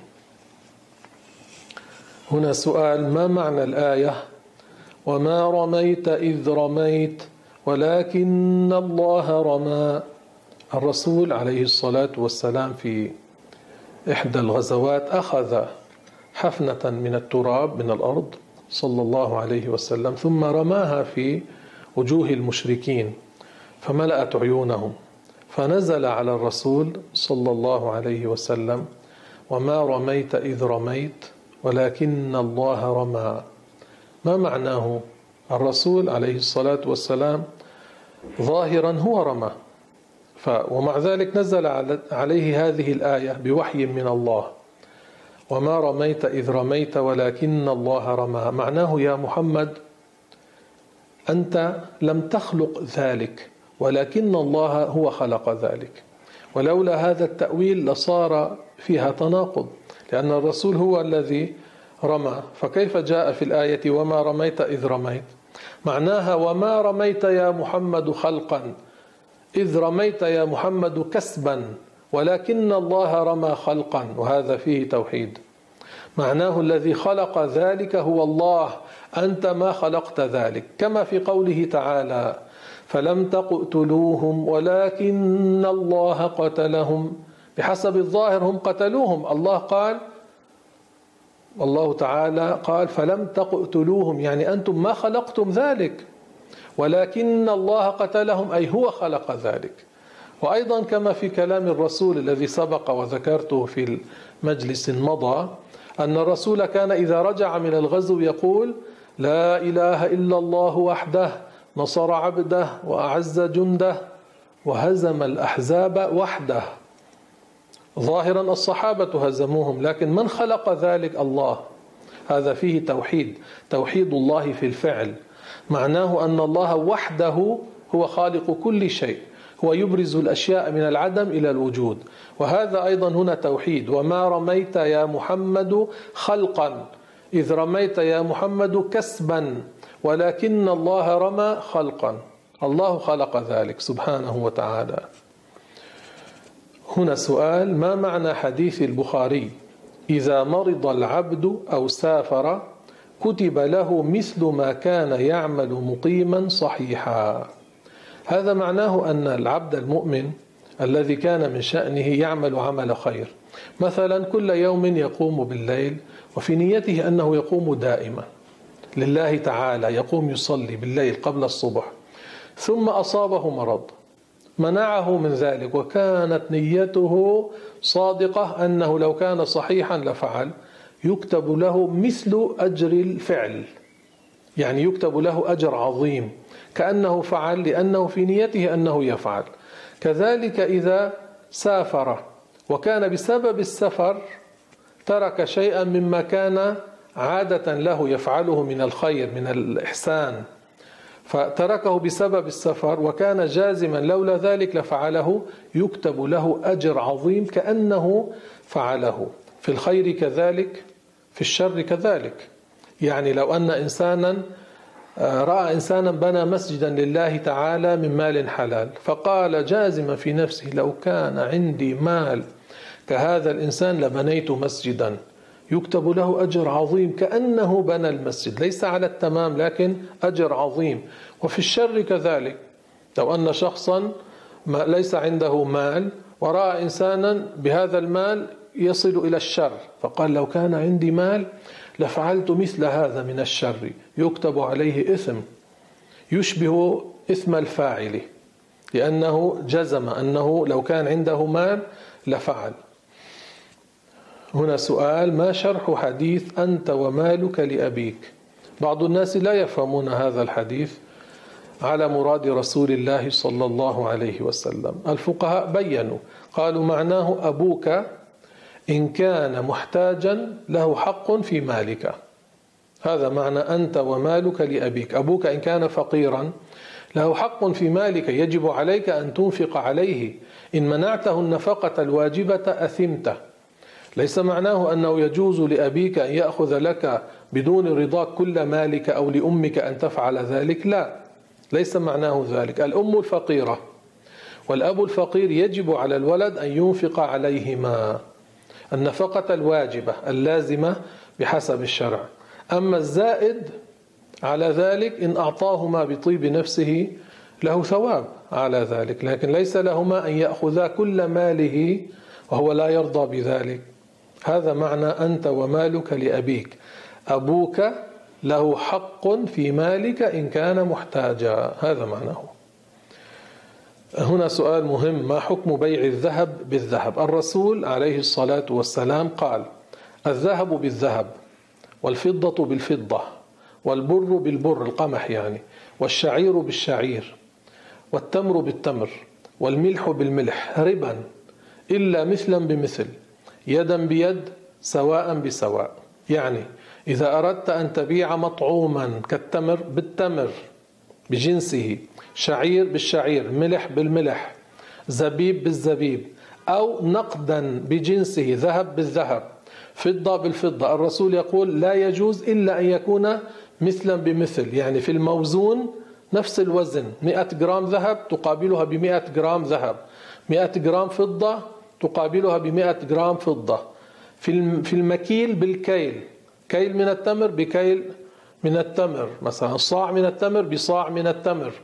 هنا سؤال: ما معنى الآية وما رميت إذ رميت ولكن الله رمى؟ الرسول عليه الصلاة والسلام في إحدى الغزوات أخذ حفنة من التراب من الأرض صلى الله عليه وسلم، ثم رماها في وجوه المشركين فملأت عيونهم، فنزل على الرسول صلى الله عليه وسلم: وما رميت إذ رميت ولكن الله رمى. ما معناه؟ الرسول عليه الصلاة والسلام ظاهرا هو رمى، ومع ذلك نزل عليه هذه الآية بوحي من الله: وما رميت إذ رميت ولكن الله رمى. معناه يا محمد أنت لم تخلق ذلك، ولكن الله هو خلق ذلك. ولولا هذا التأويل لصار فيها تناقض، لأن الرسول هو الذي رمى، فكيف جاء في الآية وما رميت إذ رميت؟ معناها وما رميت يا محمد خلقا، إذ رميت يا محمد كسبا، ولكن الله رمى خلقا، وهذا فيه توحيد. معناه الذي خلق ذلك هو الله، أنت ما خلقت ذلك، كما في قوله تعالى: فلم تقتلوهم ولكن الله قتلهم. بحسب الظاهر هم قتلوهم، الله قال، والله تعالى قال: فلم تقتلوهم، يعني أنتم ما خلقتم ذلك، ولكن الله قتلهم، أي هو خلق ذلك. وأيضا كما في كلام الرسول الذي سبق وذكرته في المجلس المضى، أن الرسول كان إذا رجع من الغزو يقول: لا إله إلا الله وحده نصر عبده وأعز جنده وهزم الأحزاب وحده. ظاهرا الصحابة هزموهم، لكن من خلق ذلك؟ الله. هذا فيه توحيد، توحيد الله في الفعل، معناه أن الله وحده هو خالق كل شيء، هو يبرز الأشياء من العدم إلى الوجود، وهذا أيضا هنا توحيد. وما رميت يا محمد خلقا إذ رميت يا محمد كسبا ولكن الله رمى خلقا، الله خلق ذلك سبحانه وتعالى. هنا سؤال: ما معنى حديث البخاري إذا مرض العبد أو سافر كتب له مثل ما كان يعمل مقيما صحيحا؟ هذا معناه أن العبد المؤمن الذي كان من شأنه يعمل عمل خير، مثلا كل يوم يقوم بالليل وفي نيته أنه يقوم دائما لله تعالى، يقوم يصلي بالليل قبل الصبح، ثم أصابه مرض منعه من ذلك، وكانت نيته صادقة أنه لو كان صحيحا لفعل، يكتب له مثل أجر الفعل، يعني يكتب له أجر عظيم كأنه فعل لأنه في نيته أنه يفعل. كذلك إذا سافر وكان بسبب السفر ترك شيئا مما كان عادة له يفعله من الخير من الإحسان، فتركه بسبب السفر وكان جازما لولا ذلك لفعله، يكتب له أجر عظيم كأنه فعله. في الخير كذلك، في الشر كذلك. يعني لو أن إنسانا رأى إنسانا بنى مسجدا لله تعالى من مال حلال، فقال جازما في نفسه: لو كان عندي مال كهذا الإنسان لبنيت مسجدا، يكتب له أجر عظيم كأنه بنى المسجد، ليس على التمام لكن أجر عظيم. وفي الشر كذلك، لو أن شخصا ليس عنده مال ورأى إنسانا بهذا المال يصل إلى الشر، فقال: لو كان عندي مال لفعلت مثل هذا من الشر، يكتب عليه إثم يشبه إثم الفاعل، لأنه جزم أنه لو كان عنده مال لفعل. هنا سؤال: ما شرح حديث أنت ومالك لأبيك؟ بعض الناس لا يفهمون هذا الحديث على مراد رسول الله صلى الله عليه وسلم. الفقهاء بيّنوا، قالوا معناه أبوك إن كان محتاجا له حق في مالك، هذا معنى أنت ومالك لأبيك. أبوك إن كان فقيرا له حق في مالك يجب عليك أن تنفق عليه، إن منعته النفقة الواجبة أثمته. ليس معناه أنه يجوز لأبيك أن يأخذ لك بدون رضاك كل مالك أو لأمك أن تفعل ذلك، لا، ليس معناه ذلك. الأم الفقيرة والأب الفقير يجب على الولد أن ينفق عليهما النفقة الواجبة اللازمة بحسب الشرع، أما الزائد على ذلك إن أعطاهما بطيب نفسه له ثواب على ذلك، لكن ليس لهما أن يأخذا كل ماله وهو لا يرضى بذلك. هذا معنى أنت ومالك لأبيك، أبوك له حق في مالك إن كان محتاجا، هذا معناه. هنا سؤال مهم: ما حكم بيع الذهب بالذهب؟ الرسول عليه الصلاة والسلام قال: الذهب بالذهب والفضة بالفضة والبر بالبر القمح يعني، والشعير بالشعير والتمر بالتمر والملح بالملح ربا إلا مثلا بمثل يدا بيد سواء بسواء. يعني إذا أردت أن تبيع مطعوما كالتمر بالتمر بجنسه، شعير بالشعير، ملح بالملح، زبيب بالزبيب، أو نقدا بجنسه، ذهب بالذهب، فضة بالفضة، الرسول يقول لا يجوز إلا أن يكون مثلا بمثل، يعني في الموزون نفس الوزن، مئة جرام ذهب تقابلها بمئة جرام ذهب، مئة جرام فضة تقابلها بمئة جرام فضة، في المكيل بالكيل، كيل من التمر بكيل من التمر، مثلا صاع من التمر بصاع من التمر،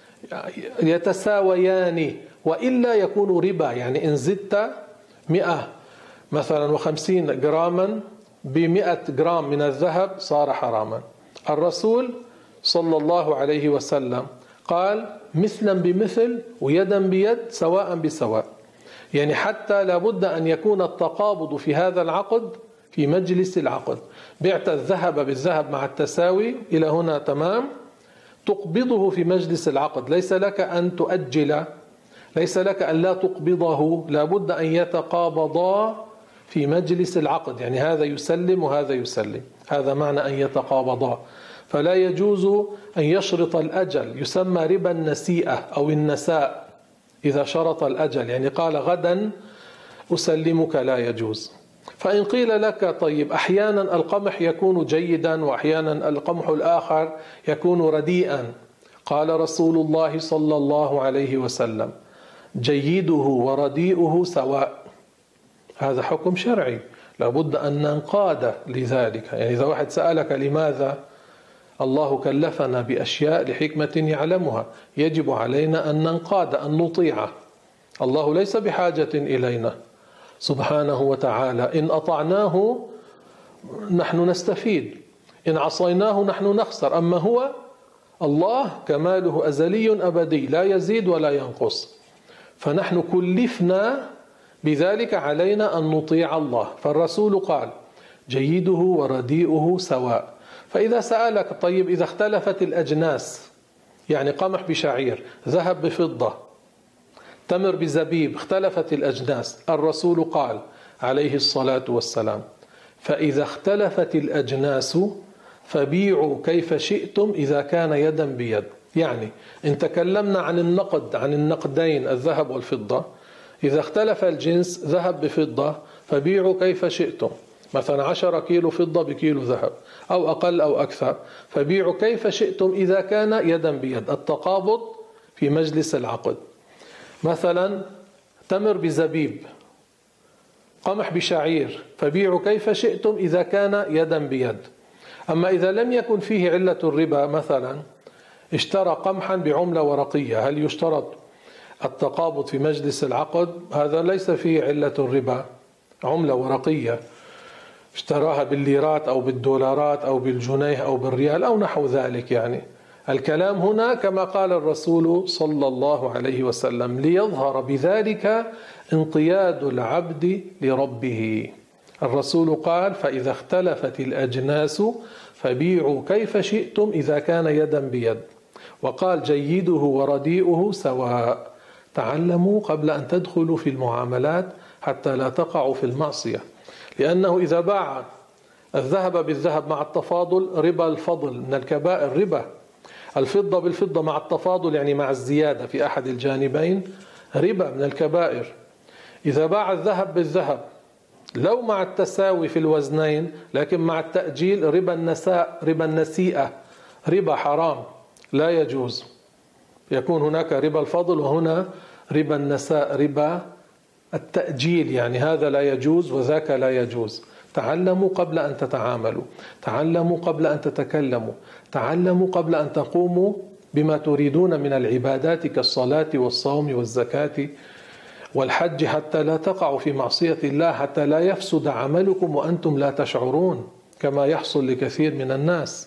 يتساويان، وإلا يكون ربا. يعني إن زدت مئة مثلا وخمسين جراما بمئة جرام من الذهب صار حراما. الرسول صلى الله عليه وسلم قال مثلا بمثل ويدا بيد سواء بسواء، يعني حتى لابد أن يكون التقابض في هذا العقد في مجلس العقد. بعت الذهب بالذهب مع التساوي إلى هنا تمام، تقبضه في مجلس العقد، ليس لك أن تؤجل، ليس لك أن لا تقبضه، لابد أن يتقابضا في مجلس العقد، يعني هذا يسلم وهذا يسلم. هذا معنى أن يتقابضا. فلا يجوز أن يشرط الأجل، يسمى ربا النسيئة أو النساء إذا شرط الأجل، يعني قال غدا أسلمك، لا يجوز. فإن قيل لك طيب أحيانا القمح يكون جيدا وأحيانا القمح الآخر يكون رديئا، قال رسول الله صلى الله عليه وسلم جيده ورديئه سواء. هذا حكم شرعي لابد أن ننقاد لذلك. يعني إذا واحد سألك لماذا الله كلفنا بأشياء لحكمة يعلمها، يجب علينا أن ننقاد، أن نطيعه. الله ليس بحاجة إلينا سبحانه وتعالى، إن أطعناه نحن نستفيد، إن عصيناه نحن نخسر. أما هو الله كماله أزلي أبدي لا يزيد ولا ينقص، فنحن كلفنا بذلك، علينا أن نطيع الله. فالرسول قال جيده ورديئه سواء. فإذا سألك طيب إذا اختلفت الأجناس، يعني قمح بشعير، ذهب بفضة، تمر بزبيب، اختلفت الأجناس، الرسول قال عليه الصلاة والسلام فإذا اختلفت الأجناس فبيعوا كيف شئتم إذا كان يدا بيد. يعني إن تكلمنا عن النقد، عن النقدين الذهب والفضة، إذا اختلف الجنس ذهب بفضة فبيعوا كيف شئتم، مثلا عشرة كيلو فضة بكيلو ذهب أو أقل أو أكثر، فبيعوا كيف شئتم إذا كان يدا بيد، التقابض في مجلس العقد. مثلا تمر بزبيب، قمح بشعير، فبيعوا كيف شئتم إذا كان يدا بيد. أما إذا لم يكن فيه علة الربا، مثلا اشترى قمحا بعملة ورقية، هل يشترط التقابض في مجلس العقد؟ هذا ليس فيه علة الربا، عملة ورقية، اشتراها بالليرات أو بالدولارات أو بالجنيه أو بالريال أو نحو ذلك. يعني الكلام هنا كما قال الرسول صلى الله عليه وسلم ليظهر بذلك انقياد العبد لربه. الرسول قال فإذا اختلفت الأجناس فبيعوا كيف شئتم إذا كان يدا بيد، وقال جيده ورديئه سواء. تعلموا قبل أن تدخلوا في المعاملات حتى لا تقعوا في المعصية، لأنه إذا باع الذهب بالذهب مع التفاضل ربا الفضل من الكبائر، ربا الفضة بالفضة مع التفاضل يعني مع الزيادة في أحد الجانبين ربا من الكبائر. إذا باع الذهب بالذهب لو مع التساوي في الوزنين لكن مع التأجيل ربا النساء، ربا النسيئة، ربا حرام لا يجوز. يكون هناك ربا الفضل وهنا ربا النساء، ربا التأجيل، يعني هذا لا يجوز وذاك لا يجوز. تعلموا قبل أن تتعاملوا، تعلموا قبل أن تتكلموا، تعلموا قبل أن تقوموا بما تريدون من العبادات كالصلاة والصوم والزكاة والحج، حتى لا تقعوا في معصية الله، حتى لا يفسد عملكم وأنتم لا تشعرون كما يحصل لكثير من الناس.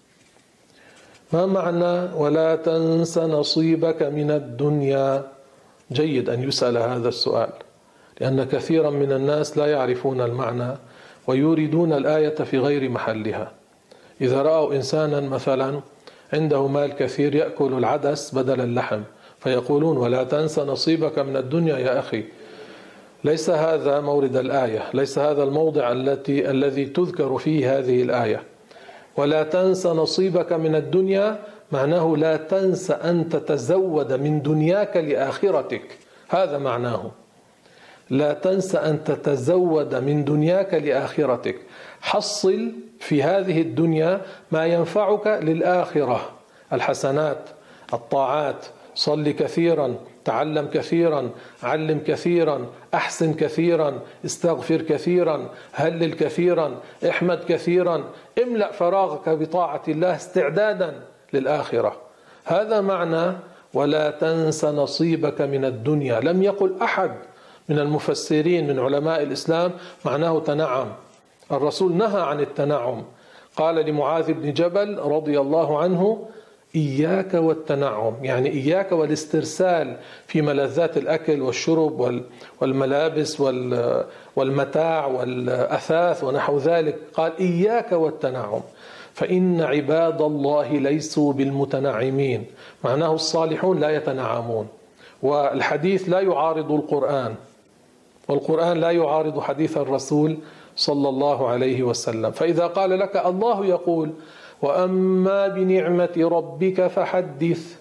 ما معنى ولا تنس نصيبك من الدنيا؟ جيد أن يسأل هذا السؤال، لأن كثيرا من الناس لا يعرفون المعنى ويريدون الآية في غير محلها. إذا رأوا إنسانا مثلا عنده مال كثير يأكل العدس بدل اللحم فيقولون ولا تنس نصيبك من الدنيا يا أخي. ليس هذا مورد الآية، ليس هذا الموضع التي الذي تذكر فيه هذه الآية. ولا تنس نصيبك من الدنيا معناه لا تنس أن تتزود من دنياك لآخرتك، هذا معناه. لا تنس أن تتزود من دنياك لآخرتك، حصل في هذه الدنيا ما ينفعك للآخرة، الحسنات، الطاعات، صل كثيرا، تعلم كثيرا، علم كثيرا، أحسن كثيرا، استغفر كثيرا، هلل كثيرا، احمد كثيرا، املأ فراغك بطاعة الله استعدادا للآخرة. هذا معنى ولا تنس نصيبك من الدنيا. لم يقل أحد من المفسرين من علماء الإسلام معناه تنعم. الرسول نهى عن التنعم، قال لمعاذ بن جبل رضي الله عنه إياك والتنعم، يعني إياك والاسترسال في ملذات الأكل والشرب والملابس والمتاع والأثاث ونحو ذلك، قال إياك والتنعم فإن عباد الله ليسوا بالمتنعمين، معناه الصالحون لا يتنعمون. والحديث لا يعارض القرآن، والقرآن لا يعارض حديث الرسول صلى الله عليه وسلم. فإذا قال لك الله يقول وأما بنعمة ربك فحدث،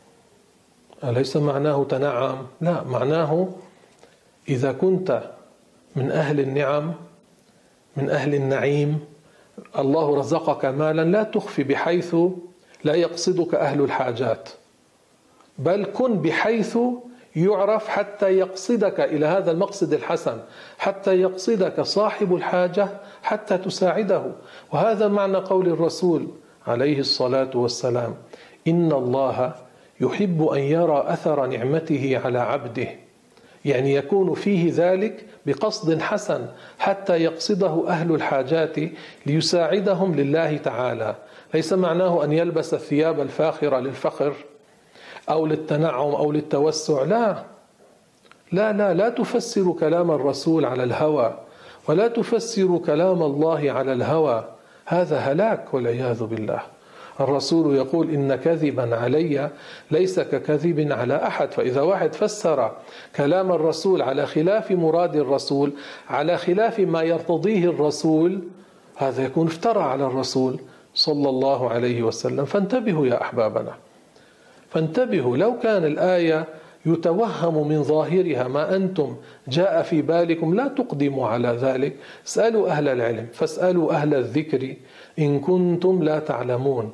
أليس معناه تنعم؟ لا، معناه إذا كنت من أهل النعم، من أهل النعيم، الله رزقك مالا لا تخفي بحيث لا يقصدك أهل الحاجات، بل كن بحيث يعرف حتى يقصدك إلى هذا المقصد الحسن، حتى يقصدك صاحب الحاجة حتى تساعده. وهذا معنى قول الرسول عليه الصلاة والسلام: إن الله يحب أن يرى أثر نعمته على عبده، يعني يكون فيه ذلك بقصد حسن حتى يقصده أهل الحاجات ليساعدهم لله تعالى. ليس معناه أن يلبس الثياب الفاخرة للفخر أو للتنعم أو للتوسع، لا لا لا لا تفسر كلام الرسول على الهوى، ولا تفسر كلام الله على الهوى، هذا هلاك والعياذ بالله. الرسول يقول إن كذبا علي ليس ككذب على أحد. فإذا واحد فسر كلام الرسول على خلاف مراد الرسول، على خلاف ما يرتضيه الرسول، هذا يكون افترى على الرسول صلى الله عليه وسلم. فانتبهوا يا أحبابنا، فانتبهوا. لو كان الآية يتوهم من ظاهرها ما أنتم جاء في بالكم لا تقدموا على ذلك. اسألوا أهل العلم، فاسألوا أهل الذكر إن كنتم لا تعلمون.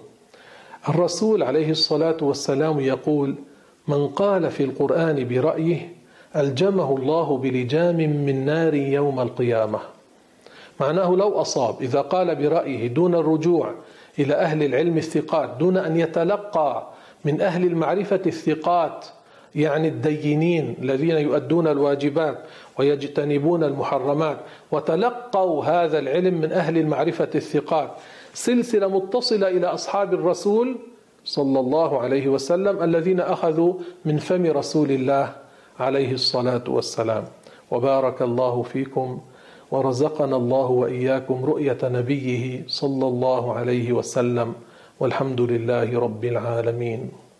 الرسول عليه الصلاة والسلام يقول: من قال في القرآن برأيه ألجمه الله بلجام من نار يوم القيامة. معناه لو أصاب إذا قال برأيه دون الرجوع إلى أهل العلم الثقات، دون أن يتلقى من أهل المعرفة الثقات، يعني الدينين الذين يؤدون الواجبات ويجتنبون المحرمات، وتلقوا هذا العلم من أهل المعرفة الثقات، سلسلة متصلة إلى أصحاب الرسول صلى الله عليه وسلم الذين أخذوا من فم رسول الله عليه الصلاة والسلام. وبارك الله فيكم، ورزقنا الله وإياكم رؤية نبيه صلى الله عليه وسلم، والحمد لله رب العالمين.